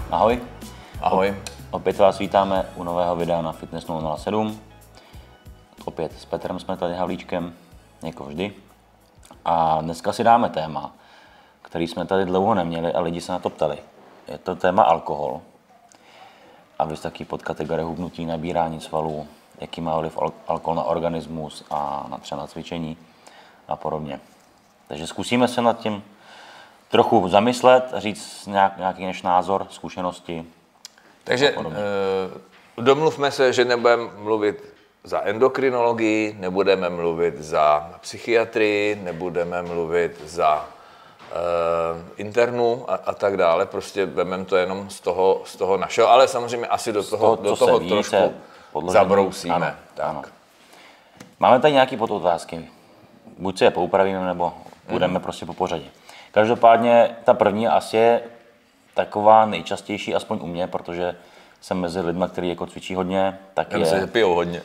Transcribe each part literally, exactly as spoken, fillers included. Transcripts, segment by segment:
Ahoj. Ahoj. Opět vás vítáme u nového videa na Fitness nula nula sedm. Opět s Petrem jsme tady Havlíčkem, jako vždy. A dneska si dáme téma, který jsme tady dlouho neměli a lidi se na to ptali. Je to téma alkohol. A vy taky pod kategorii hubnutí, nabírání svalů, jaký má vliv alkohol na organismus a na třeba na cvičení a podobně. Takže zkusíme se nad tím trochu zamyslet, říct nějak, nějaký náš názor, zkušenosti. Takže e, domluvme se, že nebudeme mluvit za endokrinologii, nebudeme mluvit za psychiatrii, nebudeme mluvit za e, internu a, a tak dále. Prostě vememe to jenom z toho, z toho našeho, ale samozřejmě asi do toho, toho, do toho ví, trošku zabrousíme. Ano, tak. Ano. Máme tady nějaké podotázky. Buď si je poupravíme, nebo budeme hmm. prostě po pořadě. Každopádně ta první asi je taková nejčastější, aspoň u mě, protože jsem mezi lidmi, kteří jako cvičí hodně, tak Já je... myslím, že pijou hodně.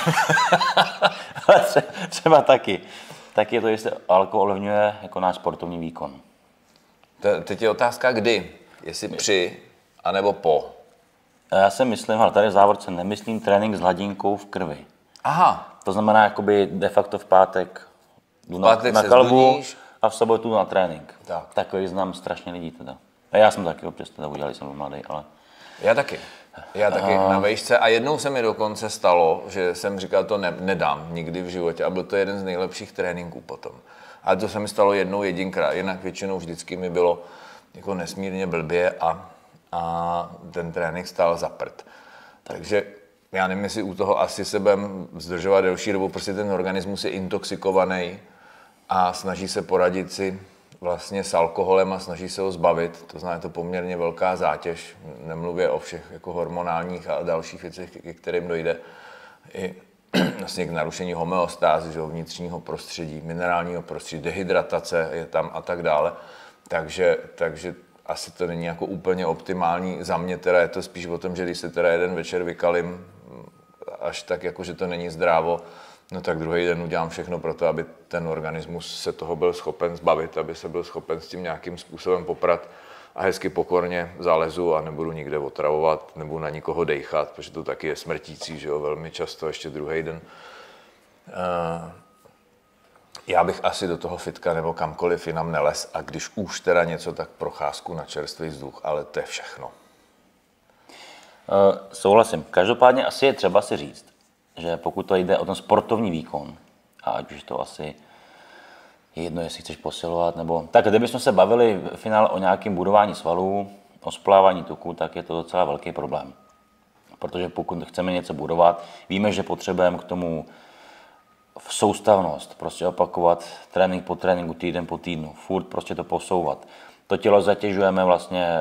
Ale třeba taky. Tak je to, jestli alkohol ovlivňuje jako náš sportovní výkon. Te, teď je otázka kdy. Jestli při, anebo po. Já si myslím, ale tady v závorce nemyslím trénink s hladinkou v krvi. Aha. To znamená, jakoby de facto v pátek jdu v pátek na, se na kalbu zbudíš. A v sobotu na trénink. Tak. Takový znám strašně lidí teda. A já jsem taky občas teda udělal, jsem byl mladý, ale... Já taky. Já taky A... na vejšce a jednou se mi dokonce stalo, že jsem říkal, to ne, nedám nikdy v životě a byl to jeden z nejlepších tréninků potom. Ale to se mi stalo jednou jedinkrát, jinak většinou vždycky mi bylo jako nesmírně blbě a, a ten trénink stál za prd. Takže já nevím, jestli u toho asi se budem zdržovat delší dobu, prostě ten organismus je intoxikovaný a snaží se poradit si vlastně s alkoholem a snaží se ho zbavit. To znamená, je to poměrně velká zátěž. Nemluvě o všech jako hormonálních a dalších věcech, ke kterým dojde. I vlastně k narušení homeostázy, že, vnitřního prostředí, minerálního prostředí, dehydratace je tam a tak dále. Takže, takže asi to není jako úplně optimální. Za mě teda je to spíš o tom, že když se teda jeden večer vykalím, až tak jako, že to není zdrávo, no tak druhý den udělám všechno pro to, aby ten organismus se toho byl schopen zbavit, aby se byl schopen s tím nějakým způsobem poprat a hezky pokorně zalezu a nebudu nikde otravovat, nebudu na nikoho dejchat, protože to taky je smrtící, že jo, velmi často ještě druhý den. Uh, já bych asi do toho fitka nebo kamkoliv jinam neles a když už teda něco, tak procházku na čerstvý vzduch, ale to je všechno. Uh, souhlasím. Každopádně asi je třeba si říct, že pokud to jde o ten sportovní výkon, a ať už to asi je jedno, jestli chceš posilovat, nebo... Tak kdybychom se bavili v finále o nějakém budování svalů, o splávání tuku, tak je to docela velký problém. Protože pokud chceme něco budovat, víme, že potřebujeme k tomu v soustavnost, prostě opakovat trénink po tréninku, týden po týdnu, furt prostě to posouvat. To tělo zatěžujeme vlastně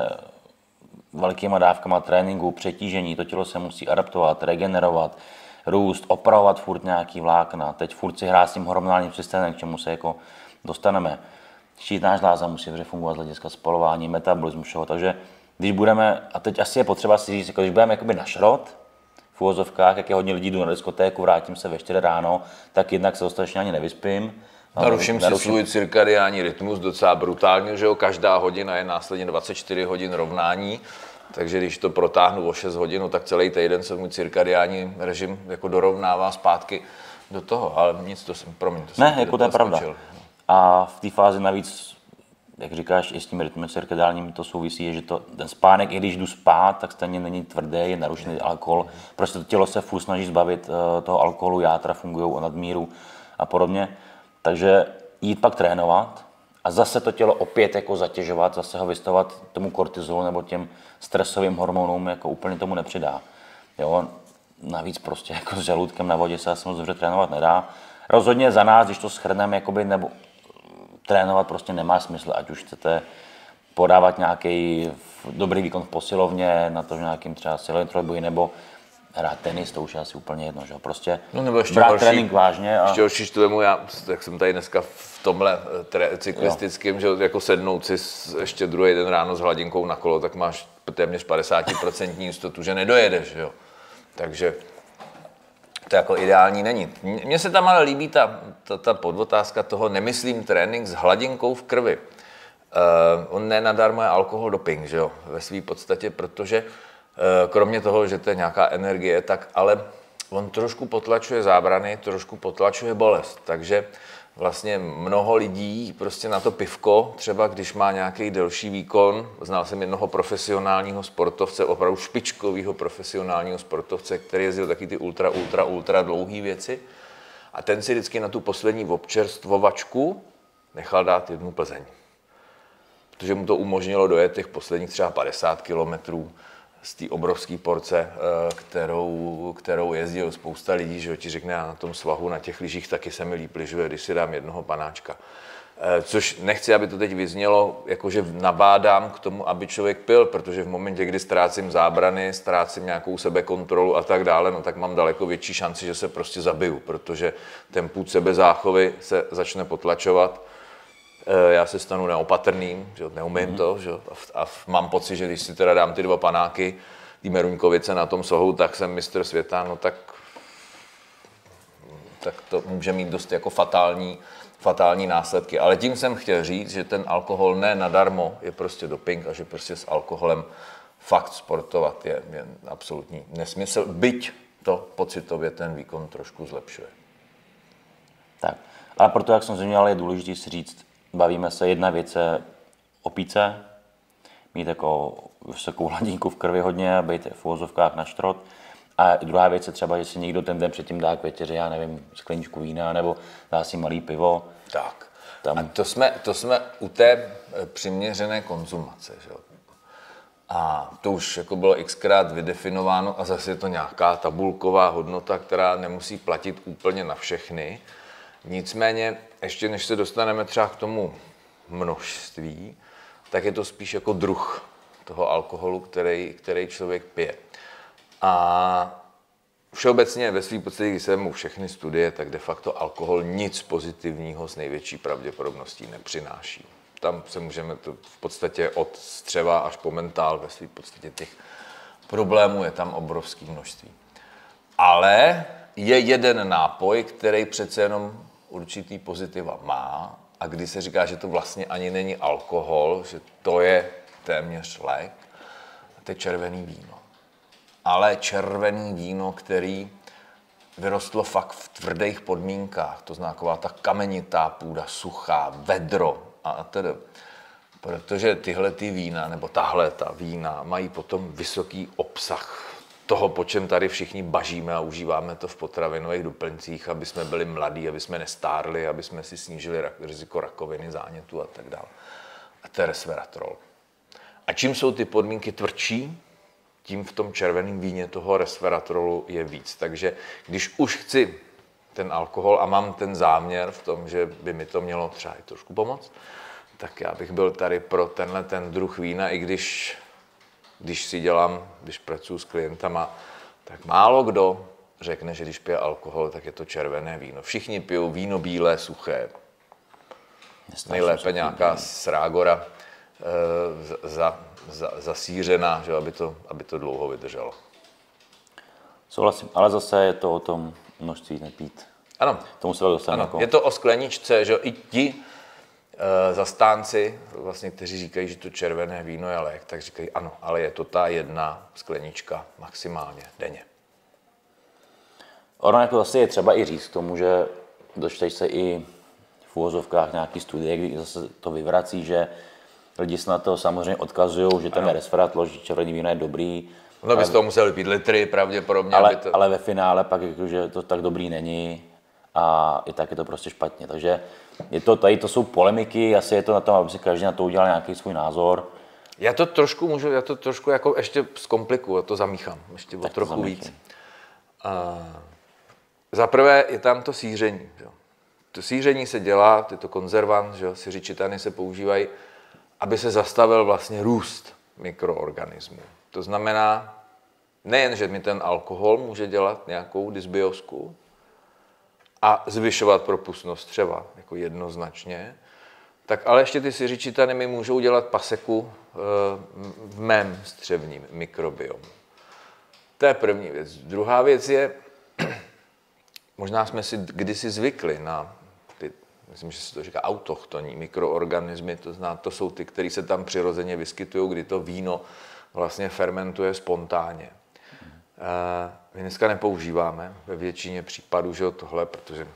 velkýma dávkama tréninku, přetížení, to tělo se musí adaptovat, regenerovat, růst, opravovat furt nějaký vlákna. Teď furt si hrát s tím hormonálním systémem, k čemu se jako dostaneme. Štítná žláza musí dobře fungovat z hlediska spalování, metabolismu, všeho. Takže když budeme, a teď asi je potřeba si říct, jako když budeme jakoby na šrot, v uvozovkách, jak je hodně lidí, jdu na diskotéku, vrátím se ve čtyři ráno, tak jednak se dostatečně ani nevyspím. Naruším si svůj cirkadiální rytmus docela brutálně, že jo, každá hodina je následně dvacet čtyři hodin rovnání. Takže když to protáhnu o šest hodin, tak celý týden se můj cirkadiální režim jako dorovnává zpátky do toho, ale nic, to jsem, promiň, to ne, jsem jako to je pravda. skočil. A v té fázi navíc, jak říkáš, i s tím rytmem cirkadiálním to souvisí, že to, ten spánek, i když jdu spát, tak stejně není tvrdý, je narušený alkohol. Prostě to tělo se furt snaží zbavit uh, toho alkoholu, játra fungují o nadmíru a podobně. Takže jít pak trénovat a zase to tělo opět jako zatěžovat, zase ho vystavovat tomu kortizolu nebo těm stresovým hormonům, jako úplně tomu nepřidá. Jo? Navíc prostě jako s žaludkem na vodě se asi moc dobře trénovat nedá. Rozhodně za nás, když to shrneme, jakoby, nebo trénovat prostě nemá smysl, ať už chcete podávat nějaký dobrý výkon v posilovně, na to, že nějakým třeba silovým trojboji, nebo hrát tenis, to už je asi úplně jedno, že prostě no, nebo ještě brát horší, trénink vážně. A... Ještě horší, to vemu já, jak jsem tady dneska v tomhle tre, cyklistickém, že jako sednout si s, ještě druhý den ráno s hladinkou na kolo, tak máš téměř padesát procent jistotu, že nedojedeš, jo. Takže to jako ideální není. Mně se tam ale líbí ta, ta, ta podotázka toho, nemyslím trénink s hladinkou v krvi. on nenadarmo je alkohol doping, že jo, ve své podstatě, protože kromě toho, že to je nějaká energie, tak ale on trošku potlačuje zábrany, trošku potlačuje bolest, takže vlastně mnoho lidí prostě na to pivko, třeba když má nějaký delší výkon, znal jsem jednoho profesionálního sportovce, opravdu špičkového profesionálního sportovce, který jezdil taky ty ultra, ultra, ultra dlouhé věci a ten si vždycky na tu poslední občerstvovačku nechal dát jednu Plzeň. Protože mu to umožnilo dojet těch posledních třeba padesát kilometrů z té obrovské porce, kterou, kterou jezdil spousta lidí, že ti řekne, já na tom svahu, na těch lyžích taky se mi líp lyžuje, když si dám jednoho panáčka. Což nechci, aby to teď vyznělo, jakože nabádám k tomu, aby člověk pil, protože v momentě, kdy ztrácím zábrany, ztrácím nějakou sebekontrolu a tak dále, no tak mám daleko větší šanci, že se prostě zabiju, protože ten pud sebezáchovy se začne potlačovat. Já se stanu neopatrným, že neumím mm-hmm. to, že a, a mám pocit, že když si teda dám ty dva panáky, ty meruňkovice na tom sohu, tak jsem mistr světa, no tak, tak to může mít dost jako fatální, fatální následky. Ale tím jsem chtěl říct, že ten alkohol ne nadarmo je prostě doping a že prostě s alkoholem fakt sportovat je, je absolutní nesmysl, byť to pocitově ten výkon trošku zlepšuje. Tak, ale proto, jak jsem zmiňoval, je důležité si říct, bavíme se, jedna věc je opít se, mít jako vysokou hladinku v krvi hodně, být v uvozovkách na štrot. A druhá věc je třeba, že si někdo ten den předtím dá k večeři, já nevím, skleničku vína, nebo dá si malý pivo. Tak. Tam... A to jsme, to jsme u té přiměřené konzumace, že jo. A to už jako bylo xkrát vydefinováno a zase je to nějaká tabulková hodnota, která nemusí platit úplně na všechny. Nicméně, ještě než se dostaneme třeba k tomu množství, tak je to spíš jako druh toho alkoholu, který, který člověk pije. A všeobecně ve své podstatě, když se mu všechny studie, tak de facto alkohol nic pozitivního s největší pravděpodobností nepřináší. Tam se můžeme to v podstatě od střeva až po mentál, ve své podstatě těch problémů je tam obrovské množství. Ale je jeden nápoj, který přece jenom určitý pozitiva má a když se říká, že to vlastně ani není alkohol, že to je téměř lék, to je červený víno. Ale červený víno, který vyrostlo fakt v tvrdých podmínkách, to znamená ta kamenitá půda, suchá, vedro a tedy. Protože tyhle ty vína, nebo tahle ta vína, mají potom vysoký obsah toho, po čem tady všichni bažíme a užíváme to v potravinových doplňcích, aby jsme byli mladí, aby jsme nestárli, aby jsme si snížili rak, riziko rakoviny, zánětu a tak dále. A to je resveratrol. A čím jsou ty podmínky tvrdší, tím v tom červeném víně toho resveratrolu je víc. Takže když už chci ten alkohol a mám ten záměr v tom, že by mi to mělo třeba i trošku pomoct, tak já bych byl tady pro tenhle ten druh vína, i když, když si dělám, když pracuji s klientama, tak málo kdo řekne, že když pije alkohol, tak je to červené víno. Všichni pijou víno bílé, suché. Nejlépe nějaká srágora e, za, za, zasířená, že, aby, to, aby to dlouho vydrželo. Souhlasím, ale zase je to o tom množství nepít. Ano, tomu se dostane ano. Jako... Je to o skleničce, že i ti e, zastánci, vlastně, kteří říkají, že to červené víno je lék, tak říkají ano, ale je to ta jedna sklenička maximálně denně. Ono jako zase je třeba i říct k tomu, že dočteš se i v uvozovkách nějaký studie, kdy zase to vyvrací, že lidi se na to samozřejmě odkazují, že ten resveratrol, že červený víno je dobrý. No bys toho musel pít litry pravděpodobně. Ale, aby to... ale ve finále pak jako, že to tak dobrý není a i tak je to prostě špatně. Takže je to, tady to jsou polemiky, asi je to na tom, aby si každý na to udělal nějaký svůj názor. Já to trošku můžu, já to trošku jako ještě zkomplikuju, to zamíchám ještě o trochu víc. Uh, Za prvé je tam to síření. Že? To síření se dělá, je to konzervant, že? Siřičitany se používají, aby se zastavil vlastně růst mikroorganismů. To znamená, nejen, že mi ten alkohol může dělat nějakou dysbiosku a zvyšovat propustnost střeva, jako jednoznačně, tak ale ještě ty siřičitany mi můžou dělat paseku v mém střevním mikrobiomu. To je první věc. Druhá věc je, možná jsme si kdysi zvykli na ty myslím, že se to říká autochtonní mikroorganismy, to znamená, to jsou ty, které se tam přirozeně vyskytují, kdy to víno vlastně fermentuje spontánně. Hmm. My dneska nepoužíváme ve většině případů, že tohle, protože,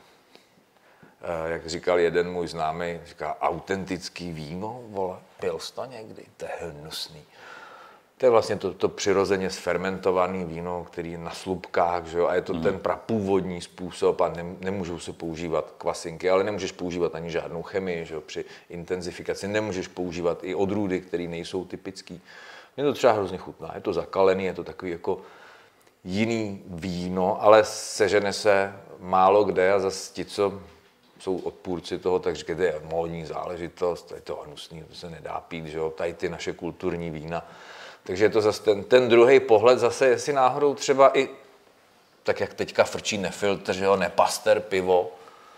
jak říkal jeden můj známý, říká, autentický víno, vole, pil jsi to někdy, to je hnusný. To je vlastně to, to přirozeně sfermentované víno, který je na slupkách, že jo? A je to mm. ten prapůvodní způsob a ne, nemůžou se používat kvasinky, ale nemůžeš používat ani žádnou chemii, že jo? Při intenzifikaci nemůžeš používat i odrůdy, které nejsou typický. Mně to třeba hrozně chutná, je to zakalený, je to takový jako jiný víno, ale sežene se málo kde a zase ti, co jsou odpůrci toho, tak říkají, to je módní záležitost, to je to hnusný, to se nedá pít, že jo? Tady ty naše kulturní vína. Takže je to zase ten, ten druhý pohled, zase jestli náhodou třeba i, tak jak teďka frčí Nefiltr, že jo, Nepaster pivo,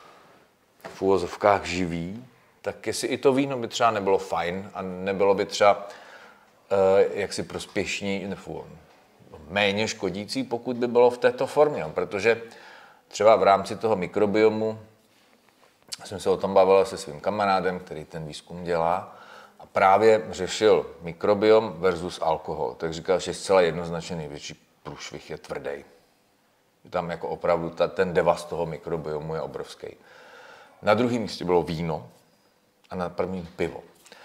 v uvozovkách živý, tak jestli i to víno by třeba nebylo fajn a nebylo by třeba uh, jaksi prospěšní, nebo méně škodící, pokud by bylo v této formě, protože třeba v rámci toho mikrobiomu, jsem se o tom bavil se svým kamarádem, který ten výzkum dělá, a právě řešil mikrobiom versus alkohol. Tak říkal, že zcela jednoznačně největší průšvih je tvrdý. Tam jako opravdu ta, ten devas toho mikrobiomu je obrovský. Na druhém místě bylo víno a na prvním pivo.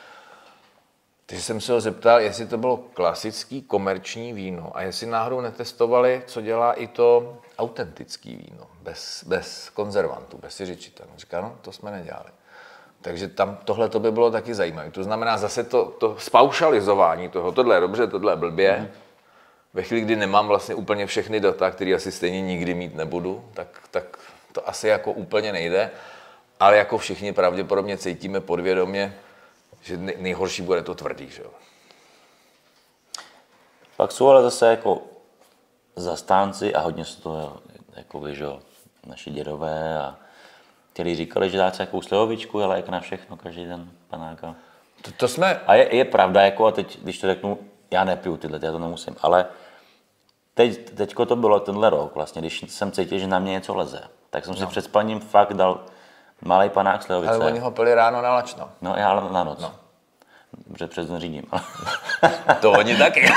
Takže jsem se ho zeptal, jestli to bylo klasický komerční víno a jestli náhodou netestovali, co dělá i to autentický víno, bez, bez konzervantů, bez siřičitel. Říká, no, to jsme nedělali. Takže tam tohle to by bylo taky zajímavé. To znamená zase to, to spaušalizování toho, tohle je dobře, tohle je blbě. Mm. Ve chvíli, kdy nemám vlastně úplně všechny data, které asi stejně nikdy mít nebudu, tak, tak to asi jako úplně nejde. Ale jako všichni pravděpodobně cítíme podvědomě, že nejhorší bude to tvrdý. Že jo? Pak jsou ale zase jako zastánci a hodně z toho, jako vy, že jo, naši dědové a kteří říkali, že dát si jakou slivovičku je lék na všechno, každý den panáka. To, to jsme... A je, je pravda, jako a teď, když to řeknu, já nepiju tyhle, já to nemusím, ale teď, teďko to bylo tenhle rok, vlastně, když jsem cítil, že na mě něco leze, tak jsem no. si před spaním fakt dal malý panák slivovice. Ale oni ho pili ráno na lačno. No, já na noc. No. Dobře, přes den řídím. To oni taky.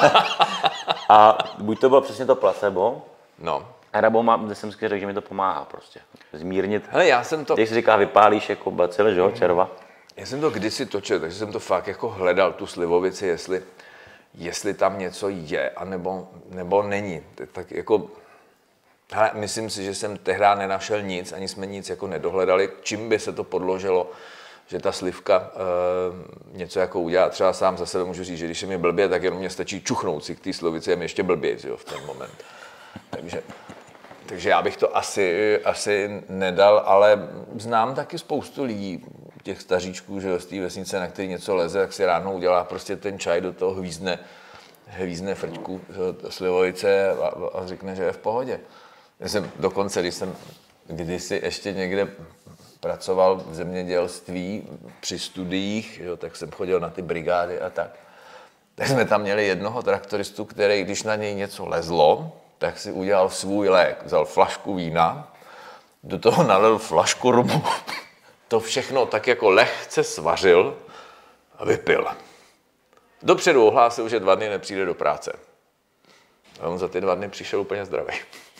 A buď to bylo přesně to placebo, no. Arabo má, kde jsem řekl, že mi to pomáhá prostě. Zmírnit. Hele, já jsem to... Když si říká, vypálíš jako bacily, že jo, červa. Já jsem to kdysi točil, takže jsem to fakt jako hledal, tu slivovici, jestli, jestli tam něco je, anebo, nebo není. Tak jako... Hele, myslím si, že jsem tehdy nenašel nic, ani jsme nic jako nedohledali, čím by se to podložilo, že ta slivka e, něco jako udělá. Třeba sám za sebe můžu říct, že když je mi blbě, tak jenom mě stačí čuchnout si k té slivovici, je mi ještě blbě, jo, v ten moment. Takže, takže já bych to asi, asi nedal, ale znám taky spoustu lidí, těch staříčků, že z té vesnice, na který něco leze, tak si ráno udělá prostě ten čaj, do toho hvízne, hvízne frťku slivovice a, a řekne, že je v pohodě. Já jsem dokonce, když jsem kdysi ještě někde pracoval v zemědělství při studiích, jo, tak jsem chodil na ty brigády a tak. Tak jsme tam měli jednoho traktoristu, který, když na něj něco lezlo, tak si udělal svůj lék. Vzal flašku vína, do toho nalil flašku rumu. To všechno tak jako lehce svařil a vypil. Dopředu ohlásil, že dva dny nepřijde do práce. A on za ty dva dny přišel úplně zdravý.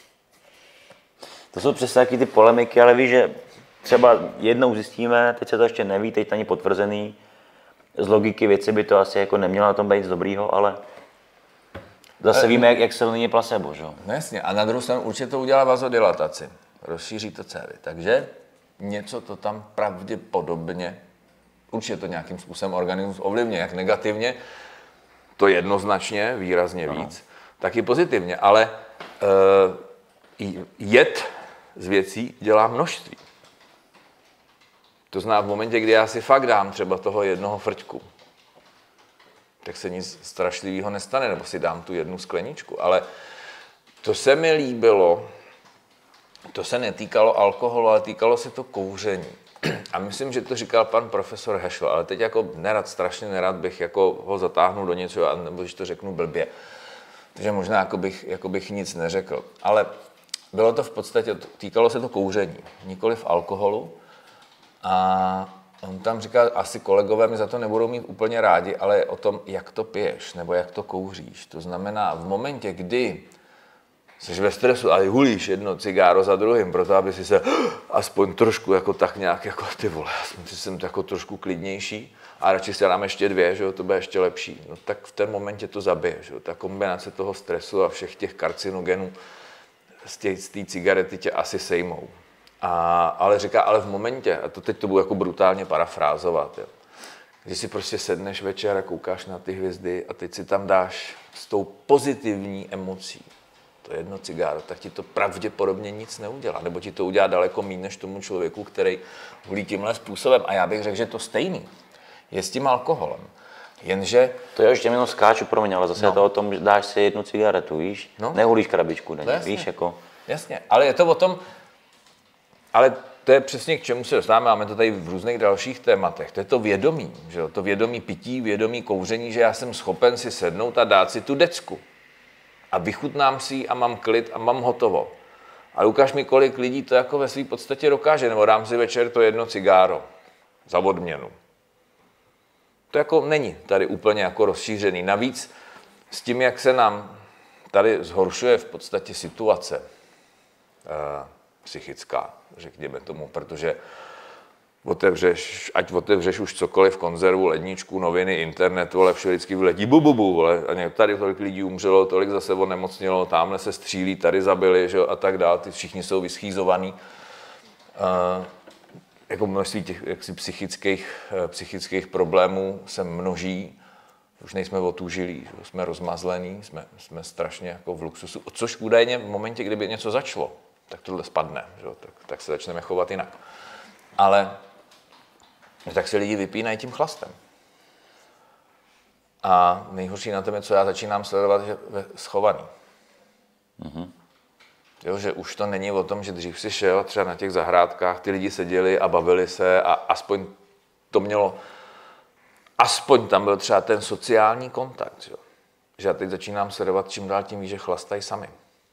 To jsou přesně taky ty polemiky, ale víš, že třeba jednou zjistíme, teď se to ještě neví, teď to není potvrzený. Z logiky věci by to asi jako nemělo na tom být z dobrýho, ale zase víme, jak, jak silný je placebo, že jo? No jasně, a na druhou stranu určitě to udělá vazodilataci, rozšíří to cévy, takže něco to tam pravděpodobně, určitě to nějakým způsobem organismus ovlivně, jak negativně, to jednoznačně, výrazně víc, Aha. tak i pozitivně, ale uh, jed z věcí dělá množství. To znamená, v momentě, kdy já si fakt dám třeba toho jednoho frťku, tak se nic strašlivého nestane, nebo si dám tu jednu skleničku. Ale to se mi líbilo, to se netýkalo alkoholu, ale týkalo se to kouření. A myslím, že to říkal pan profesor Hešl, ale teď jako nerad, strašně nerad bych jako ho zatáhnul do něčeho, nebo když to řeknu blbě. Takže možná jako bych, jako bych nic neřekl. Ale bylo to v podstatě, týkalo se to kouření, nikoliv alkoholu. A on tam říká, asi kolegové mi za to nebudou mít úplně rádi, ale o tom, jak to piješ nebo jak to kouříš. To znamená, v momentě, kdy jsi ve stresu a hulíš jedno cigáro za druhým, proto aby si se aspoň trošku jako tak nějak, jako ty vole, já jsem, jsem jako trošku klidnější a radši si dám ještě dvě, že jo, to bude ještě lepší. No tak v ten momentě to zabije, že jo, ta kombinace toho stresu a všech těch karcinogenů z té cigarety tě asi sejmou. A, ale říká, ale v momentě, a to teď to budu jako brutálně parafrázovat, jo, když si prostě sedneš večer a koukáš na ty hvězdy a teď si tam dáš s tou pozitivní emocí to jedno cigáro, tak ti to pravděpodobně nic neudělá, nebo ti to udělá daleko méně než tomu člověku, který hulí tímhle způsobem. A já bych řekl, že to stejný je s tím alkoholem. Jenže... To je ještě jenom skáču, promiň, ale zase no. je to o tom, že dáš si jednu cigaretu, víš? No. Nehulíš krabičku denně, víš, jako... Jasně, ale je to o tom... Ale to je přesně k čemu se dostáváme, máme to tady v různých dalších tématech. To je to vědomí, že jo? To vědomí pití, vědomí kouření, že já jsem schopen si sednout a dát si tu decku. A vychutnám si ji a mám klid a mám hotovo. Ale ukáž mi, kolik lidí to jako ve své podstatě dokáže, nebo dám si večer to jedno cigáro za odměnu. To jako není tady úplně jako rozšířený. Navíc s tím, jak se nám tady zhoršuje v podstatě situace eh, psychická, řekněme tomu, protože otevřeš, ať otevřeš už cokoliv, konzervu, ledničku, noviny, internet, ale vše vždycky vyletí bu, bu, bu, ale a tady tolik lidí umřelo, tolik zase onemocnilo, tamhle se střílí, tady zabili, že, a tak dále, ty všichni jsou vyschýzovaní. Uh, jako množství těch jaksi psychických, psychických problémů se množí, už nejsme otůžilí, že, jsme rozmazlení, jsme, jsme strašně jako v luxusu, což údajně v momentě, kdyby něco začalo, tak tohle spadne, že, tak, tak se začneme chovat jinak. Ale tak se lidi vypínají tím chlastem. A nejhorší na tom je, co já začínám sledovat, že schovaný. Mm-hmm. Jo, že už to není o tom, že dřív si šel třeba na těch zahrádkách, ty lidi seděli a bavili se a aspoň to mělo, aspoň tam byl třeba ten sociální kontakt. Jo. Že já teď začínám sledovat, čím dál tím víc, že chlastají sami.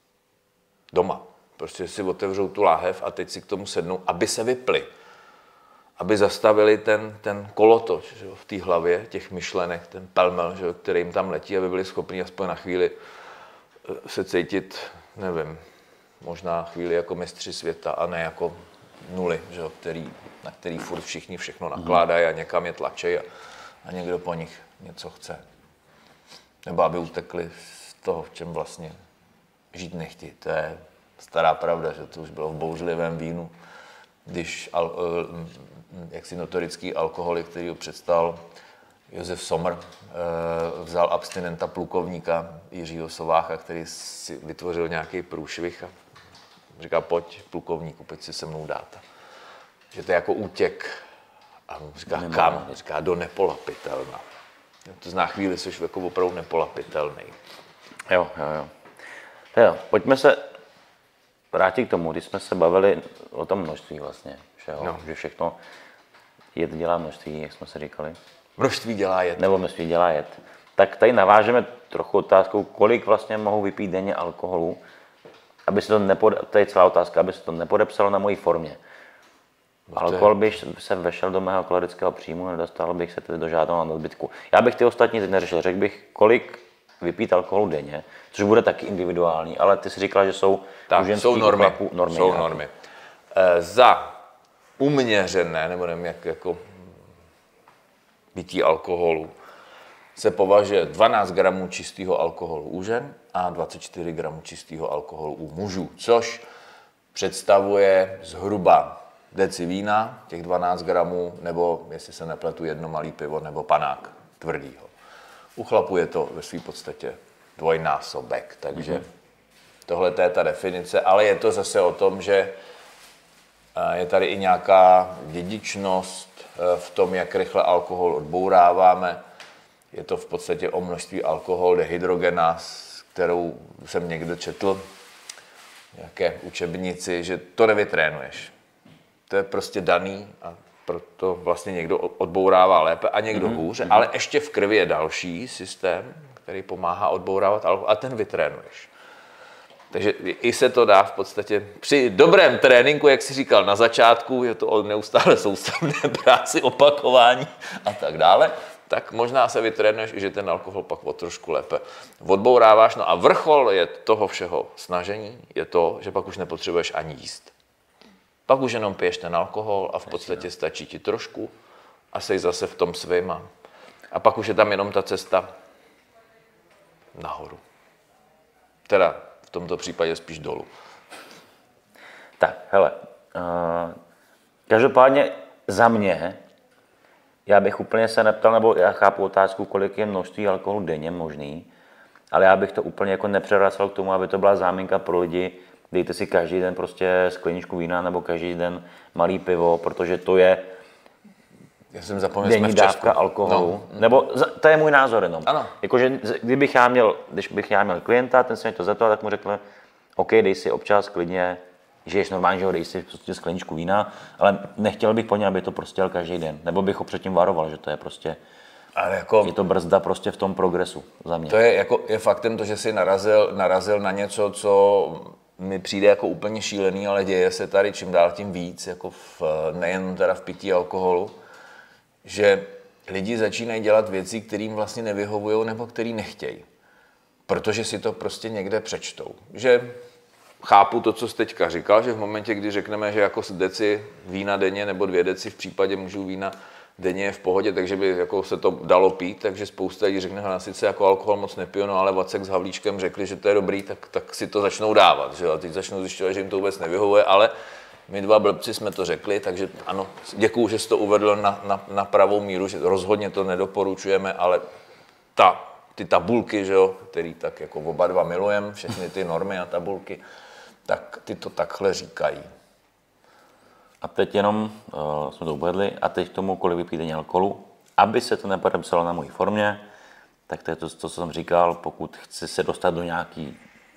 Doma. Prostě si otevřou tu láhev a teď si k tomu sednou, aby se vypli. Aby zastavili ten, ten kolotoč, že, v té hlavě těch myšlenek, ten pelmel, že, který jim tam letí, aby byli schopni aspoň na chvíli se cítit, nevím, možná chvíli jako mistři světa a ne jako nuly, že, který, na který furt všichni všechno nakládají a někam je tlačí a, a někdo po nich něco chce. Nebo aby utekli z toho, v čem vlastně žít nechtějí. To je stará pravda, že to už bylo v bouřlivém vínu, když al, jaksi notorický alkoholik, který ho představil Josef Sommer, vzal abstinenta plukovníka Jiřího Sovácha, který si vytvořil nějaký průšvih a říká, pojď plukovníku, pojď si se mnou dát. Že to je jako útěk. A on říká, Nemá. kam? Říká, do nepolapitelna. To zná chvíli, jsi jako opravdu nepolapitelný. Jo, jo, jo. jo. Pojďme se vrátit k tomu, když jsme se bavili o tom množství vlastně, že, jo? No. Že všechno jed dělá množství, jak jsme se říkali. Množství dělá jed. Nebo množství dělá jed. Tak tady navážeme trochu otázkou, kolik vlastně mohu vypít denně alkoholu, aby se to nepode... to je celá otázka, aby se to nepodepsalo na mojí formě. No Alkohol by se vešel do mého kalorického příjmu, nedostal bych se tedy do žádného nadbytku. Já bych ty ostatní teď neřešil, řekl bych, kolik vypít alkoholu denně, což bude taky individuální, ale ty jsi říkala, že jsou tak, jsou normy. Chlapů, normy. Jsou normy. E, za uměřené, nebo nevím, jak jako pití alkoholu, se považuje dvanáct gramů čistého alkoholu u žen a dvacet čtyři gramů čistého alkoholu u mužů, což představuje zhruba deci vína, těch dvanáct gramů, nebo, jestli se nepletu, jedno malý pivo nebo panák tvrdýho. U chlapů je to ve své podstatě dvojnásobek, takže mm-hmm. tohle je ta definice, ale je to zase o tom, že je tady i nějaká dědičnost v tom, jak rychle alkohol odbouráváme. Je to v podstatě o množství alkohol, dehydrogenáz, kterou jsem někde četl v nějaké učebnici, že to nevytrénuješ. To je prostě daný a proto vlastně někdo odbourává lépe a někdo mm-hmm. hůře, ale ještě v krvi je další systém, který pomáhá odbourávat alkohol a ten vytrénuješ. Takže i se to dá v podstatě při dobrém tréninku, jak jsi říkal na začátku, je to o neustále soustavné práci, opakování a tak dále, tak možná se vytrénuješ i, že ten alkohol pak o trošku lépe odbouráváš. No a vrchol je toho všeho snažení, je to, že pak už nepotřebuješ ani jíst. Pak už jenom piješ ten alkohol a v podstatě stačí ti trošku a jsi zase v tom svým. A pak už je tam jenom ta cesta nahoru. Teda v tomto případě spíš dolů. Tak, hele, uh, každopádně za mě, já bych úplně se neptal, nebo já chápu otázku, kolik je množství alkoholu denně možný, ale já bych to úplně jako nepřevracel k tomu, aby to byla záminka pro lidi, dejte si každý den prostě skleničku vína nebo každý den malý pivo, protože to je já jsem zapomněl, denní dávka alkoholu. No. Nebo to je můj názor jenom. Ano. Jakože kdybych já měl, když bych já měl klienta, ten se mě to zeptal, tak mu řekl, OK, dej si občas klidně, žiješ normálně, že ho dej si prostě skleničku vína, ale nechtěl bych po něm, aby to prostě jel každý den. Nebo bych ho předtím varoval, že to je prostě, ale jako, je to brzda prostě v tom progresu za mě. To je, jako, je faktem to, že jsi narazil, narazil na něco, co mi přijde jako úplně šílený, ale děje se tady čím dál tím víc, jako v, nejen teda v pití alkoholu, že lidi začínají dělat věci, kterým vlastně nevyhovují nebo který nechtějí. Protože si to prostě někde přečtou. Že chápu to, co jsi teďka říkal, že v momentě, kdy řekneme, že jako deci vína denně nebo dvě deci v případě mužů vína denně je v pohodě, takže by jako se to dalo pít, takže spousta lidí řekne, že sice jako alkohol moc nepiju, no ale Vacek s Havlíčkem řekli, že to je dobrý, tak, tak si to začnou dávat. Že? A teď začnou zjišťovat, že jim to vůbec nevyhovuje, ale my dva blbci jsme to řekli, takže ano, děkuju, že jsi to uvedl na, na, na pravou míru, že rozhodně to nedoporučujeme, ale ta, ty tabulky, že jo, který tak jako oba dva milujeme, všechny ty normy a tabulky, tak ty to takhle říkají. A teď jenom uh, jsme to uvedli, a teď k tomu, kolik vypít denně alkoholu, aby se to nepodepsalo na mojí formě, tak to je to, co jsem říkal, pokud chci se dostat do nějaké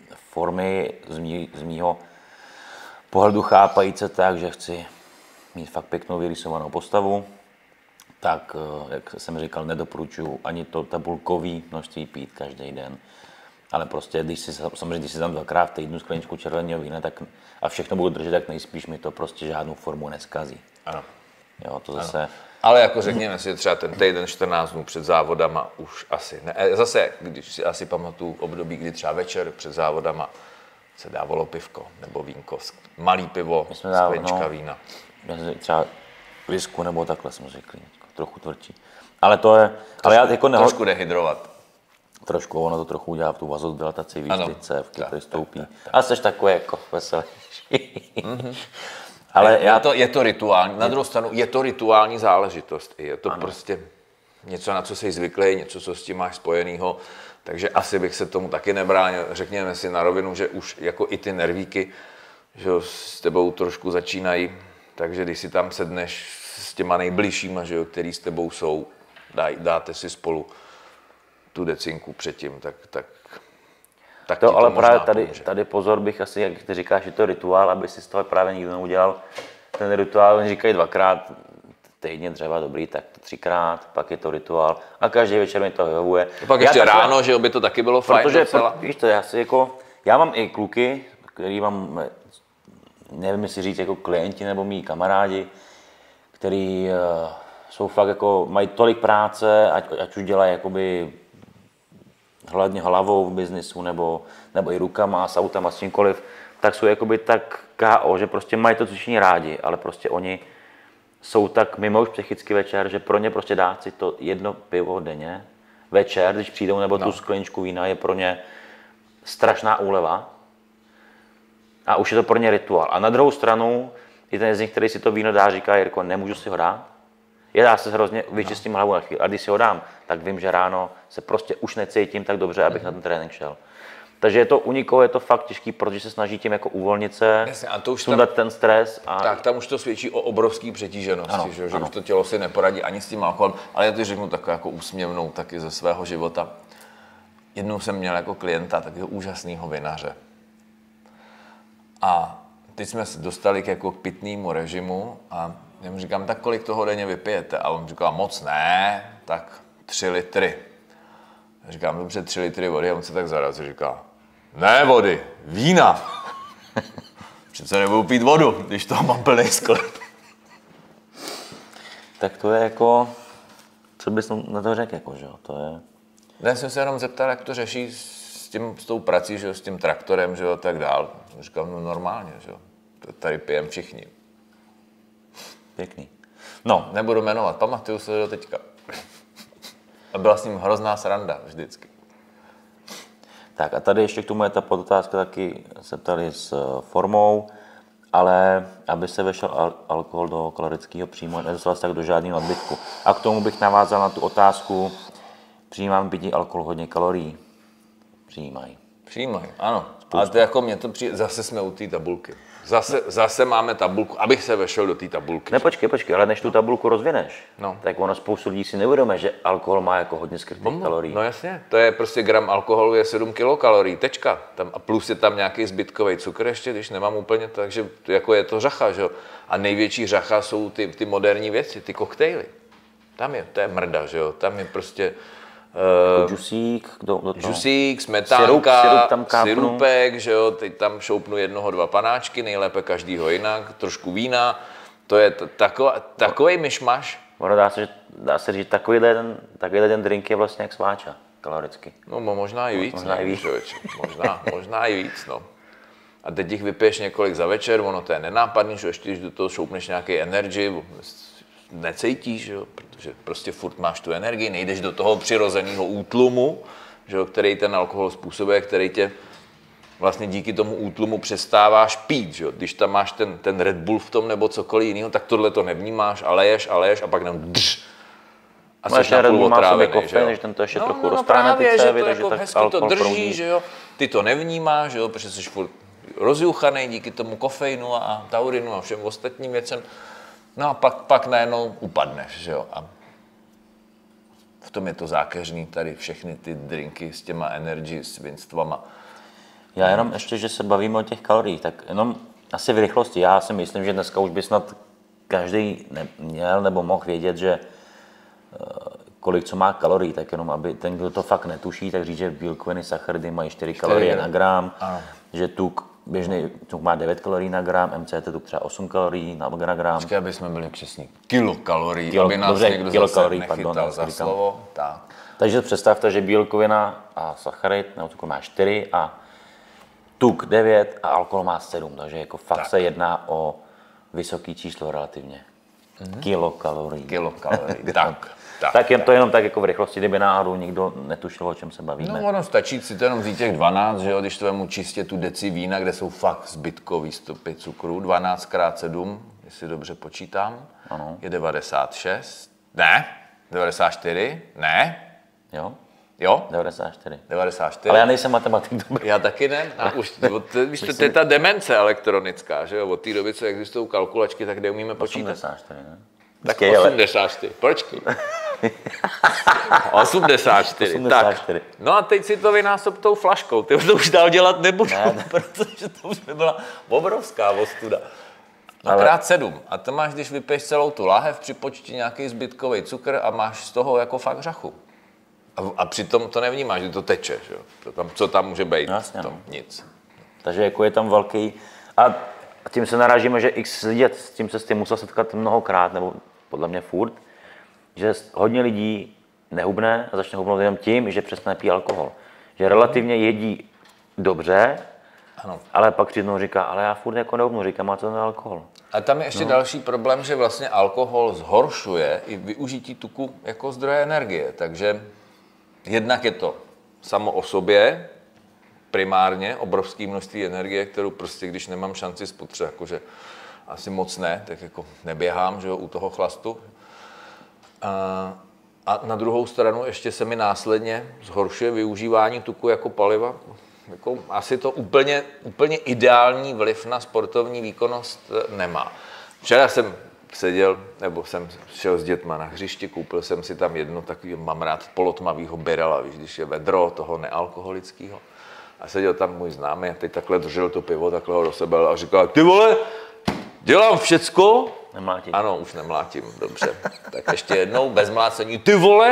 formy z, mý, z mýho pohledu chápajíc se tak, že chci mít fakt pěknou vyrysovanou postavu, tak, jak jsem říkal, nedoporučuji ani to tabulkový množství pít každý den. Ale prostě, když si, samozřejmě, když si dám dvakrát v týdnu skleničku červeného vína, tak a všechno budu držet, tak nejspíš mi to prostě žádnou formu neskazí. Ano. Jo, to zase... Ano. Ale jako řekněme si, třeba ten týden čtrnáct dnů před závodama už asi ne. Zase, když si asi pamatuju období, kdy třeba večer před závodama se dávalo pivko nebo vínko, malý pivo, sklenička no, vína. Třeba visku nebo takhle jsme řekli, trochu tvrdší. Ale to je... Trošku, ale já jako neho... trošku dehydrovat. Trošku, ono to trochu udělá v tu vazodilataci, víš, ty cévky, to stoupí. A jsi takový jako veselější. Mm-hmm. Ale je, já... je, to, je to rituální, na druhou stranu je to rituální záležitost. Je to ano. Prostě něco, na co jsi zvyklý, něco, co s tím máš spojenýho. Takže asi bych se tomu taky nebránil. Řekněme si na rovinu, že už jako i ty nervíky, že s tebou trošku začínají. Takže když si tam sedneš s těma nejbližšíma, že jo, který s tebou jsou, dá, dáte si spolu tu decinku předtím, tak, tak, tak to, ale to právě tady, tady pozor bych asi, jak ty říkáš, že to je rituál, aby si z toho právě nikdo neudělal. Ten rituál, oni říkají dvakrát týdně dřeva, dobrý, tak to třikrát, pak je to rituál a každý večer mi to vyhovuje. A pak já ještě takhle, ráno, že by to taky bylo fajn protože, docela. Víš to, já si jako, já mám i kluky, který mám, nevím, jestli říct jako klienti nebo mý kamarádi, který uh, jsou fakt jako, mají tolik práce, ať, ať už dělají jakoby hlavně hlavou v biznisu, nebo, nebo i rukama, s autama, s čímkoliv, tak jsou jakoby tak ká ó, že prostě mají to cvičení rádi, ale prostě oni jsou tak mimo už psychicky večer, že pro ně prostě dát si to jedno pivo denně, večer, když přijdou, nebo no. tu skleničku vína, je pro ně strašná úleva. A už je to pro ně rituál. A na druhou stranu, i ten z nich, který si to víno dá, říká, Jirko, nemůžu si ho dát. Já se hrozně vyčistím hlavu na chvíli. A když si ho dám, tak vím, že ráno se prostě už necítím tak dobře, abych mm-hmm. na ten trénink šel. Takže je to u nikoho je to fakt těžký, protože se snaží tím jako uvolnit se, Jasně, a to už sundat tam, ten stres. A... Tak tam už to svědčí o obrovské přetíženosti, ano, že, že ano. už to tělo si neporadí ani s tím alkoholem. Ale já to řeknu takovou jako úsměvnou taky ze svého života. Jednou jsem měl jako klienta takového úžasného vinaře. A teď jsme se dostali k jako k pitnému režimu a já mu říkám, tak kolik toho denně vypijete? A on říkal, moc ne, tak tři litry. Já říkám, dobře, tři litry vody a on se tak zarazil, říká, Ne vody, vína. Přece nebudu pít vodu, když toho mám plný sklep. Tak to je jako, co bys na to řekl, jako, že jo, to je... Já jsem se jenom zeptal, jak to řeší s, tím, s tou prací, že jo, s tím traktorem, že jo, tak dál. Říkám, no normálně, že jo, to tady pijem všichni. Pěkný. No. Nebudu jmenovat, pamatuju se do teďka. A byla s ním hrozná sranda vždycky. Tak a tady ještě k tomu je ta podotázka, taky se ptali s formou, ale aby se vešel al- alkohol do kalorického příjmu, nedostal se tak do žádného nadbytku. A k tomu bych navázal na tu otázku, přijímám pití alkohol hodně kalorií? Přijímají. Přijímají, ano. Ale to jako mě to přijde, zase jsme u té tabulky. Zase, zase máme tabulku, abych se vešel do té tabulky. Ne, počkej, počkej, ale než tu tabulku rozvineš, No. tak ono spoustu lidí si neuvědomuje, že alkohol má jako hodně skrytých No, kalorií. no jasně, to je prostě gram alkoholu je sedm kilokalorií, tečka. Tam, a plus je tam nějaký zbytkový cukr ještě, když nemám úplně, takže jako je to řacha, že jo. A největší řacha jsou ty, ty moderní věci, ty koktejly. Tam je, to je mrda, že jo, tam je prostě... Jako džusík, do, do toho. Džusík, smetánka, Sirup, sirup tam kápnu. sirupek, že jo, teď tam šoupnu jednoho, dva panáčky, nejlépe každýho jinak, trošku vína, to je t- taková, takovej myšmaš. Ono dá se, dá se říct, takovýhle ten, takovýhle ten drink je vlastně jak sváča, kaloricky. No možná i víc, možná ne, i víc. člověče, možná, možná i víc, no. A teď jich vypiješ několik za večer, ono to je nenápadný, že ještě když do toho šoupneš nějaký energy, necítíš, jo, protože prostě furt máš tu energii, nejdeš do toho přirozeného útlumu, že jo, který ten alkohol způsobuje, který tě vlastně díky tomu útlumu přestáváš pít, že jo. Když tam máš ten, ten Red Bull v tom nebo cokoliv jiného, tak tohle to nevnímáš a leješ a leješ a pak jenom drž. A No, jsi na půl otrávený, kofein, že jo. že ten to ještě no, trochu no, no roztáhne právě, ty že cévy, to takže jako tak hezky to alkohol drží, proudí. že jo. Ty to nevnímáš, že jo, protože jsi furt rozjuchaný díky tomu kofeinu a taurinu a všem ostatním věcem. No a pak, pak najednou upadneš, že jo. A v tom je to zákeřný, tady všechny ty drinky s těma energy svinstvama. Já jenom ještě, že se bavíme o těch kaloriích, tak jenom asi v rychlosti. Já si myslím, že dneska už by snad každý měl nebo mohl vědět, že kolik co má kalorií, tak jenom aby ten, kdo to fakt netuší, tak říct, že bílkoviny, sacharidy mají čtyři kalorie na gram, ano. Že tuk, běžný tuk má devět kalorií na gram, M C T tuk třeba osm kalorií na gram. Počkej, aby jsme byli přesní. Kilokalorií, Kilo, aby nás dobře, někdo kilokalorií, zase nechytal pardon, za říkám. slovo. Tak. Takže představte, že bílkovina a sacharid nebo tuk má čtyři a tuk devět a alkohol má sedm, takže jako fakt tak. se jedná o vysoký číslo relativně. Mm-hmm. Kilokalorií. Kilokalorií, tak. Tak, tak jen to jenom tak jako v rychlosti, kdyby náhodou nikdo netušil, o čem se bavíme. No ono stačí si to jenom vzít těch dvanáct, že jo, když to vemu čistě tu deci vína, kde jsou fakt zbytkový stopy cukru, dvanáct krát sedm, jestli dobře počítám, ano. Je devadesát šest, ne, devadesát čtyři, ne, jo, jo, devadesát čtyři. devadesát čtyři. Ale já nejsem matematik dobrý. Já taky ne, a už, od, víš, to, to je ta demence elektronická, že jo, od té doby, co existují kalkulačky, tak kde umíme počítat. osmdesát čtyři, ne? Tak Počkej, osmdesát čtyři, počkej. osmdesát čtyři, osmdesát čtyři. Tak. No a teď si to vynásob tou flaškou, ty už to už dál dělat nebudu, ne, ne. protože to už by byla obrovská ostuda. No Ale... krát sedm. A to máš, když vypiješ celou tu láhev, připočti nějaký zbytkový cukr a máš z toho jako fakt řachu. A, a přitom to nevnímáš, že to teče, že jo? To tam, co tam může být? Jasně, to, no. Nic. Takže jako je tam velký... A tím se narážíme, že x lidí s tím se s tím musel setkat mnohokrát, nebo podle mě furt, že hodně lidí nehubne a začne hubnout jenom tím, že přestane pít alkohol. Že relativně jedí dobře, ano. Ale pak jednou říká, ale já furt jako nehubnu, říkám, a co to je alkohol? A tam je ještě no. další problém, že vlastně alkohol zhoršuje i využití tuku jako zdroje energie. Takže jednak je to samo o sobě, primárně obrovské množství energie, kterou prostě, když nemám šanci spotřebovat, jakože asi moc ne, tak jako neběhám, že jo, u toho chlastu. A, a na druhou stranu ještě se mi následně zhoršuje využívání tuku jako paliva. Jako asi to úplně, úplně ideální vliv na sportovní výkonnost nemá. Včera jsem seděl, nebo jsem šel s dětma na hřiště, koupil jsem si tam jedno takový, mám rád polotmavýho birela, víš, když je vedro toho nealkoholického. A seděl tam můj známý a teď takhle držel to pivo, takhle ho do sebe a říkal, ty vole, dělám všecko. Nemlátím. Ano, už nemlátím, dobře. Tak ještě jednou, bez mlácení, ty vole,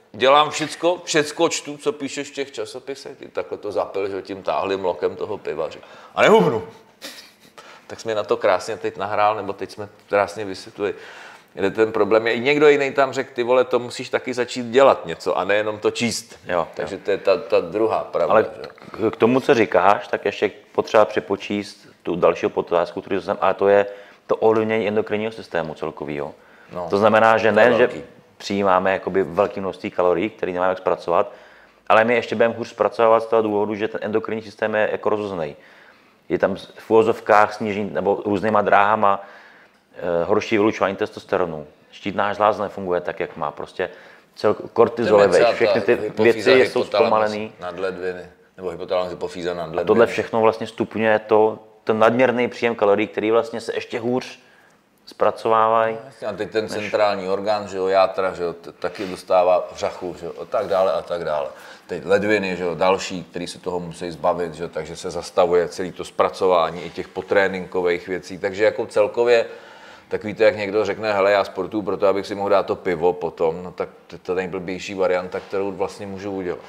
dělám všecko, všecko čtu, co píšeš v těch časopisech. Ty takhle to zapil, že tím táhlým lokem toho pivaře. A nehubnu. Tak jsme na to krásně teď nahrál, nebo teď jsme krásně vysvětlili, kde ten problém je. I někdo jiný tam řekl, ty vole, to musíš taky začít dělat něco a nejenom to číst. Jo, Takže jo. to je ta, ta druhá pravda. Ale že? k tomu, co říkáš, tak ještě potřeba připočíst tu další podotázku, kterou jsem, a to je to ovlivnění endokrinního systému celkového. No, to znamená, že to ne, že velký. přijímáme jakoby velké množství kalorií, které nemáme jak zpracovat, ale my ještě budeme hůř zpracovat z toho důvodu, že ten endokrinní systém je jako rozhozený. Je tam v uvozovkách snížení nebo různýma dráhama e, horší vylučování testosteronu. Štítná žláza nefunguje tak, jak má. Prostě cel, kortizol je vejš. Všechny ty věci jsou zpomalený. Nadledviny, nebo hypotalamus, hypofýza, nadledviny. A tohle všechno vlastně stupňuje to, ten nadměrný příjem kalorií, který vlastně se ještě hůř zpracovávají. A teď ten centrální orgán, že jo, játra, že jo, taky dostává vřachu, že jo, a tak dále a tak dále. Teď ledviny, že jo, další, který se toho musí zbavit, že jo, takže se zastavuje celé to zpracování i těch potréninkových věcí. Takže jako celkově, tak víte, jak někdo řekne, hele, já sportuju proto, abych si mohl dát to pivo potom, no tak to je nejblbější varianta, kterou vlastně můžu udělat.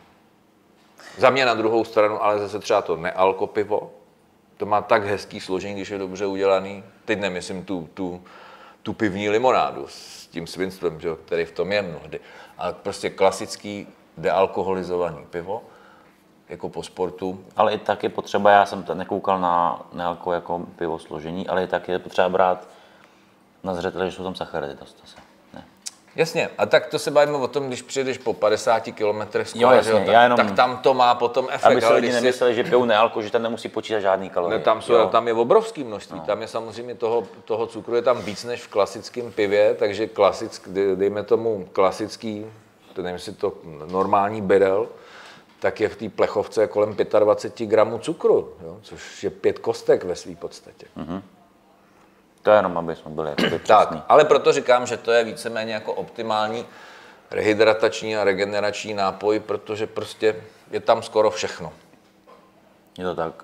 Za mě na druhou stranu, ale zase třeba to nealko pivo, to má tak hezký složení, když je dobře udělaný. Teď nemyslím tu, tu, tu pivní limonádu s tím svinstvem, že, který v tom je mnohdy, ale prostě klasický dealkoholizovaný pivo, jako po sportu. Ale i tak je potřeba, já jsem nekoukal na nealko jako pivo složení, ale i tak je potřeba brát na zřetel, že jsou tam sacharidy. To se, ne. Jasně, a tak to se bavíme o tom, když přijedeš po padesáti kilometrech z Jo, kola, jasně, že, tak, jenom, tak tam to má potom efekt. aby se lidi si... nemysleli, že pijou nealko, že tam nemusí počítat žádný kalorie. Ne, tam, jsou, jo. tam je obrovský množství, no. Tam je samozřejmě toho, toho cukru je tam víc než v klasickém pivě, takže klasick, dejme tomu klasický, to nevím, jestli to normální birel, tak je v té plechovce kolem dvacet pět gramů cukru, jo, což je pět kostek ve své podstatě. Mm-hmm. To je jenom, aby jsme byli přesný. Tak, ale proto říkám, že to je víceméně jako optimální rehydratační a regenerační nápoj, protože prostě je tam skoro všechno. Je to tak.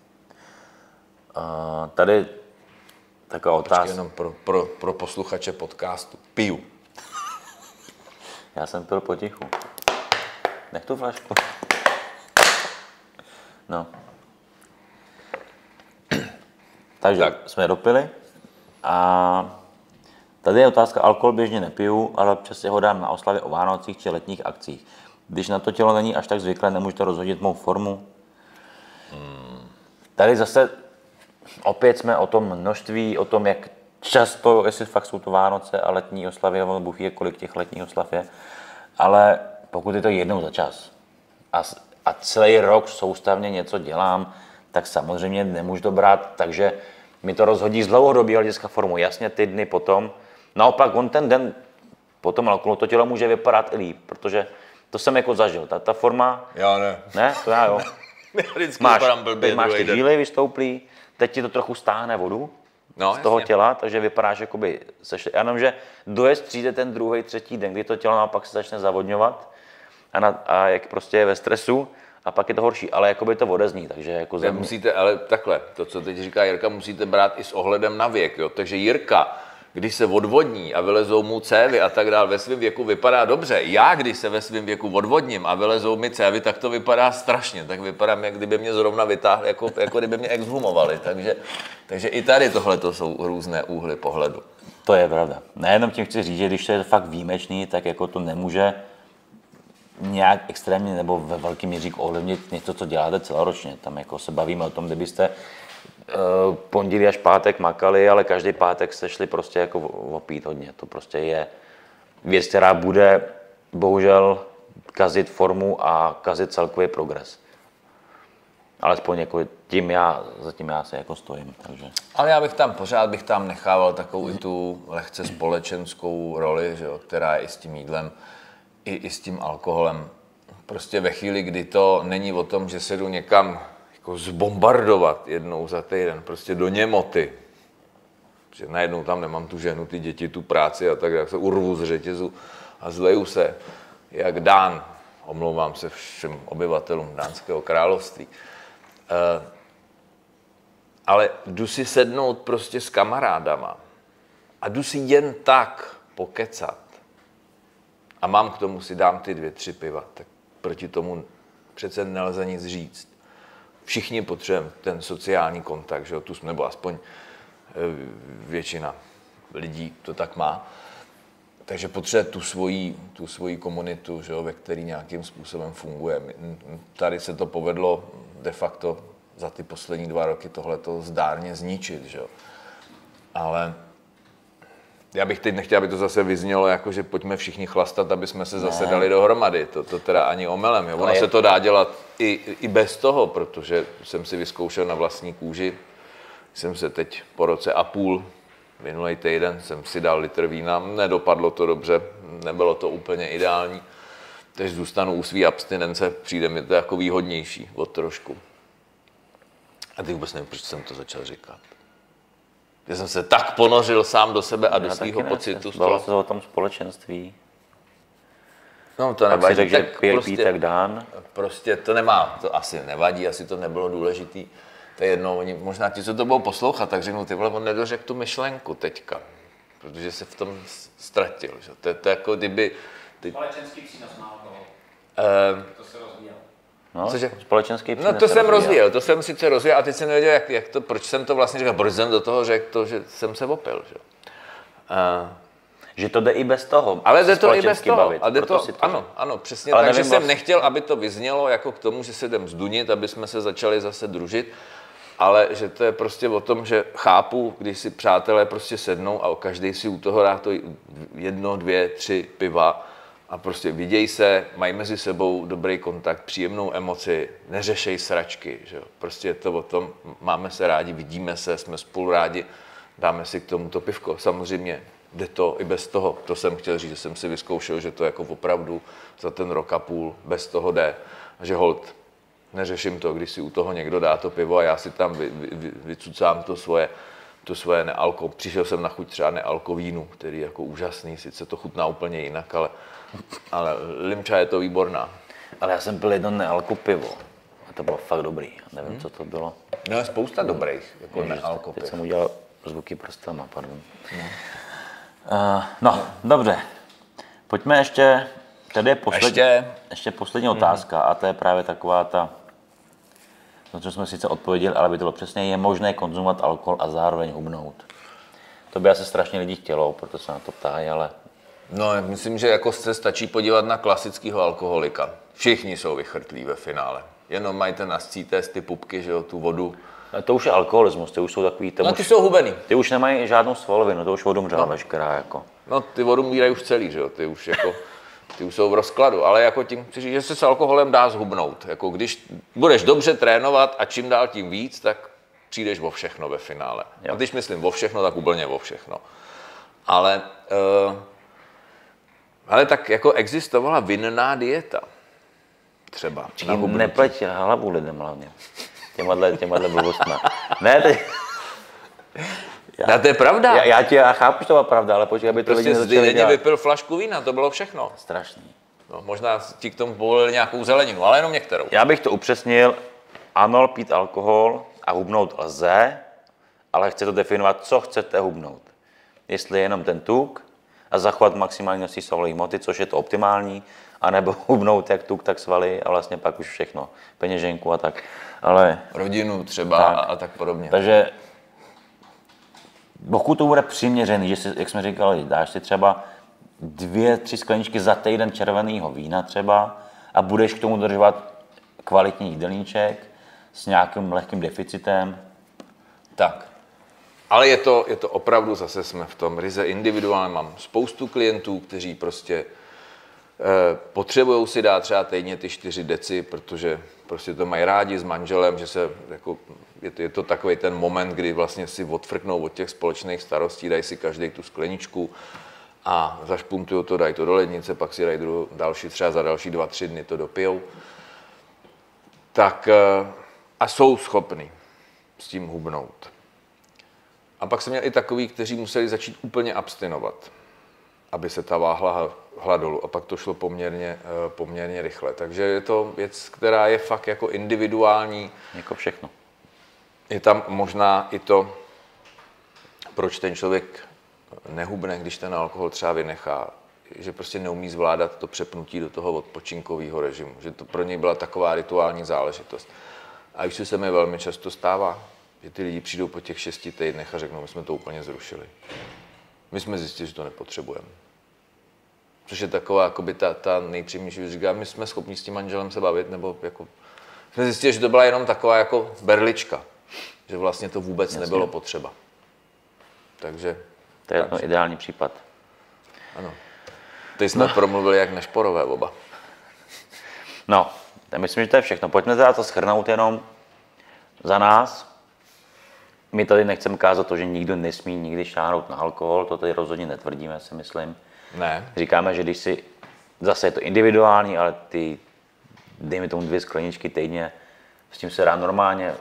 Uh, tady taková otázka. Počkej, jenom pro, pro, pro posluchače podcastu. Piju. Já jsem pil potichu. Nech tu flašku. No. Takže tak. Jsme dopili. A tady je otázka, alkohol běžně nepiju, ale občas si ho dám na oslavě o Vánocích či letních akcích. Když na to tělo není až tak zvyklé, nemůžete rozhodit mou formu. Hmm. Tady zase opět jsme o tom množství, o tom, jak často, jestli fakt jsou to Vánoce a letní oslavy, nebo Bůh ví, kolik těch letních oslav je. Ale pokud je to jednou za čas a, a celý rok soustavně něco dělám, tak samozřejmě nemůžu to brát, takže mi to rozhodí z dlouhodobého hlediska formu. Jasně ty dny potom, naopak on ten den potom alkoholu to tělo může vypadat i líp, protože to jsem jako zažil. Ta, ta forma... Já ne. Ne? To já jo. Vždycky máš, blbě, máš ty žíly vystouplý, teď ti to trochu stáhne vodu no, z toho jasně. těla, takže vypadáš jakoby sešli. Jenomže dojezd přijde ten druhý, třetí den, kdy to tělo naopak se začne zavodňovat a, na, a jak prostě je ve stresu, a pak je to horší, ale jakoby to odezní, takže jako Ne, musíte, ale takhle, to, co teď říká Jirka, musíte brát i s ohledem na věk, jo? Takže Jirka, když se odvodní a vylezou mu cévy a tak dál, ve svém věku vypadá dobře. Já, když se ve svém věku odvodním a vylezou mi cévy, tak to vypadá strašně, tak vypadám, jak kdyby mě zrovna vytáhli, jako, jako kdyby mě exhumovali, takže, takže i tady tohle to jsou různé úhly pohledu. To je pravda. Nejenom tím chci říct, že když to je fakt výjimečný, tak jako to nemůže nějak extrémně nebo ve velkém měříku ovlivnit něco, co děláte celoročně. Tam jako se bavíme o tom, kdybyste uh, pondělí až pátek makali, ale každý pátek se šli prostě jako opít hodně. To prostě je věc, která bude bohužel kazit formu a kazit celkový progres. Alespoň jako tím já, zatím já se jako stojím. Takže. Ale já bych tam pořád bych tam nechával takovou i tu lehce společenskou roli, že jo, která je i s tím jídlem, i, i s tím alkoholem. Prostě ve chvíli, kdy to není o tom, že se jdu někam jako zbombardovat jednou za týden, prostě do němoty. Že najednou tam nemám tu ženu, ty děti, tu práci a tak, jak se urvu z řetězu a zleju se, jak Dán, omlouvám se všem obyvatelům Dánského království. Uh, ale jdu si sednout prostě s kamarádama a jdu si jen tak pokecat. a mám k tomu si dám ty dvě, tři piva, tak proti tomu přece nelze nic říct. Všichni potřebujeme ten sociální kontakt, že jo, tu, nebo aspoň většina lidí to tak má. Takže potřebuje tu svoji, tu svoji komunitu, že jo, ve který nějakým způsobem funguje. Tady se to povedlo de facto za ty poslední dva roky tohleto zdárně zničit, že jo. Ale já bych teď nechtěl, aby to zase vyznělo, jako že pojďme všichni chlastat, aby jsme se zase dali dohromady. To, to teda ani omylem. Jo. Ono se to dá dělat i, i bez toho, protože jsem si vyzkoušel na vlastní kůži. Jsem se teď po roce a půl, minulý týden jsem si dal litr vína, nedopadlo to dobře, nebylo to úplně ideální. Takže zůstanu u své abstinence, přijde mi to jako výhodnější od trošku. A teď vůbec nevím, proč jsem to začal říkat. Já jsem se tak ponořil sám do sebe a do svého pocitu. Bavilo se o tom společenství. No to nevadí. Řekl, že pije, prostě, pít, tak dán. Prostě to nemá, to asi nevadí, asi to nebylo důležitý. To je jedno, oni, možná ti, co to budou poslouchat, tak řeknou, ty vole, on nedořekl tu myšlenku teďka, protože se v tom ztratil. Že? To je to jako kdyby... Ty... Společenský přínos má alkohol. Uh, to se rozvíjel. No, Cože? Společenský přínos. No to jsem rozvíjel, to jsem sice rozvíjel a teď jsem nevěděl, jak, jak to, proč jsem to vlastně říkal, proč jsem do toho řekl to, že jsem se opil. Že? Uh, že to jde i bez toho. Ale jde to i bez toho. Bavit, a jde to, to, ano, ano, přesně ale tak, že jsem vlastně... nechtěl, aby to vyznělo jako k tomu, že se jdem zdunit, aby jsme se začali zase družit. Ale že to je prostě o tom, že chápu, když si přátelé prostě sednou a každý si u toho dá to jedno, dvě, tři piva a prostě viděj se, mají mezi sebou dobrý kontakt, příjemnou emoci, neřešej sračky, že jo. Prostě je to o tom, máme se rádi, vidíme se, jsme spolu rádi, dáme si k tomu to pivko. Samozřejmě jde to i bez toho, to jsem chtěl říct, že jsem si vyzkoušel, že to jako opravdu za ten rok a půl bez toho jde, že hold. Neřeším to, když si u toho někdo dá to pivo a já si tam vy, vy, vycucám to svoje, to svoje nealko. Přišel jsem na chuť třeba nealkovínu, který je jako úžasný, sice to chutná úplně jinak, ale, ale limča je to výborná. Ale já jsem pil jedno nealko pivo a to bylo fakt dobrý, nevím, hmm. co to bylo. No je spousta dobrých, jako Ježiš, nealko teď piv. jsem udělal zvuky prstama, pardon. Hmm. Uh, no, dobře. Pojďme ještě, tady je poslední, ještě, ještě poslední otázka hmm. a to je právě taková ta, na co jsme sice odpověděli, ale by to bylo přesně, je možné konzumovat alkohol a zároveň hubnout. To by asi strašně lidí chtělo, proto se na to ptají, ale... No, myslím, že jako se stačí podívat na klasického alkoholika. Všichni jsou vychrtlí ve finále. Jenom mají ten ascites, ty pupky, že jo, tu vodu. No, to už je alkoholismus, ty už jsou takový... No, ty už, jsou hubený. Ty už nemají žádnou svalovinu, to už vodu mřela no. veškerá, jako. No, ty vodu mírají už celý, že jo, ty už jako... Ty už jsou v rozkladu, ale jako tím chci říct, že se s alkoholem dá zhubnout. Jako když budeš dobře trénovat a čím dál tím víc, tak přijdeš o všechno ve finále. Jo. A když myslím o všechno, tak úplně o všechno. Ale, uh, ale tak jako existovala vinná dieta. Třeba. Tím nepleť hlavu lidem hlavně. Těmahle, těmahle blbostma. Ne, teď... Já, to je pravda. Já, já, tě, já chápu, že to byla pravda, ale počkej, aby to prostě lidi nezačali dělat. Vypil flašku vína, to bylo všechno. Strašný. No, možná ti k tomu povolili nějakou zeleninu, ale jenom některou. Já bych to upřesnil. Ano, pít alkohol a hubnout lze, ale chce to definovat, co chcete hubnout. Jestli je jenom ten tuk a zachovat maximální množství svalové hmoty, což je to optimální, anebo hubnout jak tuk, tak svaly a vlastně pak už všechno. Peněženku a tak. Ale... Rodinu třeba tak. a tak podobně. Takže pokud to bude přiměřený, že si, jak jsme říkali, dáš si třeba dvě, tři skleničky za týden červeného vína třeba a budeš k tomu dodržovat kvalitní jídelníček s nějakým lehkým deficitem. Tak. Ale je to, je to opravdu, zase jsme v tom ryze individuálně. Mám spoustu klientů, kteří prostě eh, potřebují si dát třeba týdně ty čtyři deci, protože prostě to mají rádi s manželem, že se jako, je to, je to takový ten moment, kdy vlastně si odfrknou od těch společných starostí, dají si každý tu skleničku a zašpuntují to, dají to do lednice, pak si dají druhou, další, třeba za další dva, tři dny to dopijou. Tak eh, a jsou schopní s tím hubnout. A pak jsem měl i takový, kteří museli začít úplně abstinovat, aby se ta váha hla dolů. A pak to šlo poměrně, poměrně rychle. Takže je to věc, která je fakt jako individuální. Jako všechno. Je tam možná i to, proč ten člověk nehubne, když ten alkohol třeba vynechá. že prostě neumí zvládat to přepnutí do toho odpočinkového režimu, že to pro něj byla taková rituální záležitost. A už se mi velmi často stává, že ty lidi přijdou po těch šesti týdnech a řeknou, my jsme to úplně zrušili. My jsme zjistili, že to nepotřebujeme. Což je taková jakoby ta, ta nejpříjemnější věc. Říká, my jsme schopni s tím manželem se bavit, nebo jako... Jsme zjistili, že to byla jenom taková jako berlička, že vlastně to vůbec Jasně. nebylo potřeba. Takže... To je to ideální případ. Ano. Teď jsme no. promluvili jak Nešporové oba. No, myslím, že to je všechno. Pojďme teda to shrnout jenom za nás. My tady nechceme kázat to, že nikdo nesmí nikdy šáhnout na alkohol, to tady rozhodně netvrdíme, si myslím. Ne. Říkáme, že když si, zase je to individuální, ale ty, dejme tomu dvě skleničky týdně, s tím se dá normálně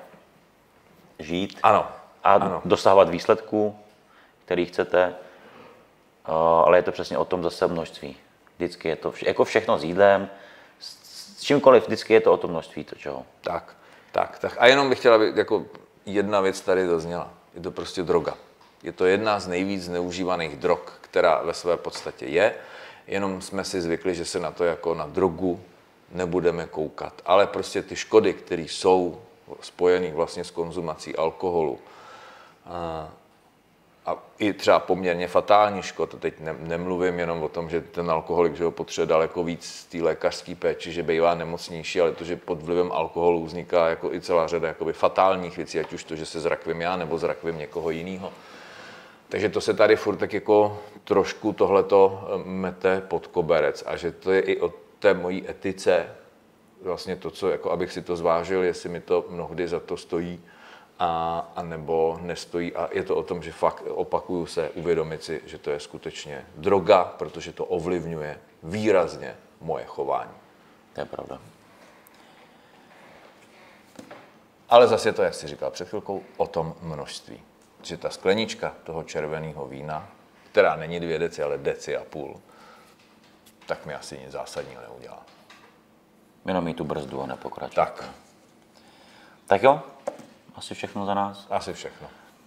žít ano. a ano. dosahovat výsledků, který chcete, ale je to přesně o tom zase množství. Vždycky je to, jako všechno s jídlem, s čímkoliv, vždycky je to o tom množství, to čeho. Tak, tak, tak. A jenom bych chtěla, aby jako jedna věc tady zazněla. Je to prostě droga. Je to jedna z nejvíc zneužívaných drog, která ve své podstatě je, jenom jsme si zvykli, že se na to jako na drogu nebudeme koukat. Ale prostě ty škody, které jsou spojené vlastně s konzumací alkoholu a, a i třeba poměrně fatální škod, teď ne, nemluvím jenom o tom, že ten alkoholik že ho potřebuje daleko víc z té lékařské péči, že bývá nemocnější, ale to, že pod vlivem alkoholu vzniká jako i celá řada jakoby fatálních věcí, ať už to, že se zrakvím já nebo zrakvím někoho jiného. Takže to se tady furt tak jako trošku tohleto mete pod koberec a že to je i o té mojí etice, vlastně to, co, jako abych si to zvážil, jestli mi to mnohdy za to stojí a, a nebo nestojí. A je to o tom, že fakt opakuju se, uvědomit si, že to je skutečně droga, protože to ovlivňuje výrazně moje chování. To je pravda. Ale zase je to, jak jsi říkal před chvilkou, o tom množství. Že ta sklenička toho červeného vína, která není dvě deci, ale deci a půl, tak mi asi nic zásadního neudělá. Jenom mít tu brzdu a nepokračovat. Tak. Tak jo, asi všechno za nás. Asi všechno.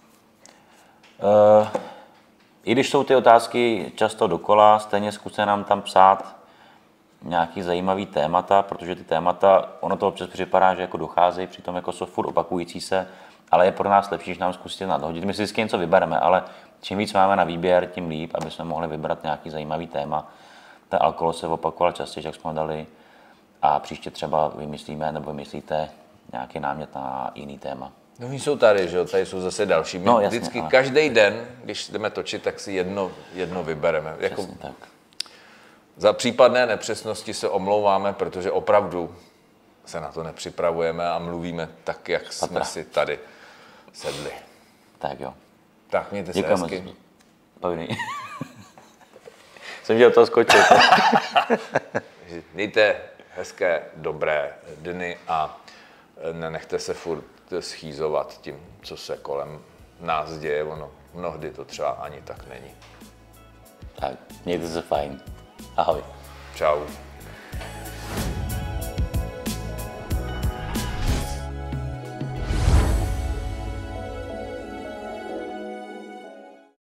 Uh, I když jsou ty otázky často dokola, stejně zkuste nám tam psát nějaký zajímavý témata, protože ty témata, ono to občas připadá, že jako docházejí, přitom jako jsou furt opakující se, ale je pro nás lepší, když nám zkusíte nadhodit. My si vždycky něco vybereme, ale čím víc máme na výběr, tím líp, aby jsme mohli vybrat nějaký zajímavý téma. Ten alkohol se opakoval častěji, jak jsme dali, a příště třeba vymyslíme nebo vymyslíte nějaký námět na jiný téma. No oni jsou tady, že jo, tady jsou zase další. My no, jasně, vždycky ale... každý den, když jdeme točit, tak si jedno, jedno vybereme. Jako... tak. Za případné nepřesnosti se omlouváme, protože opravdu se na to nepřipravujeme a mluvíme tak, jak Patra. jsme si tady sedli. Tak jo. Tak mějte Děkujeme se hezky. Pojďme. Jsem chtěl to skočit. Mějte hezké, dobré dny a nenechte se furt schýzovat tím, co se kolem nás děje. Ono mnohdy to třeba ani tak není. Tak, mějte se fajn. Ahoj. Čau.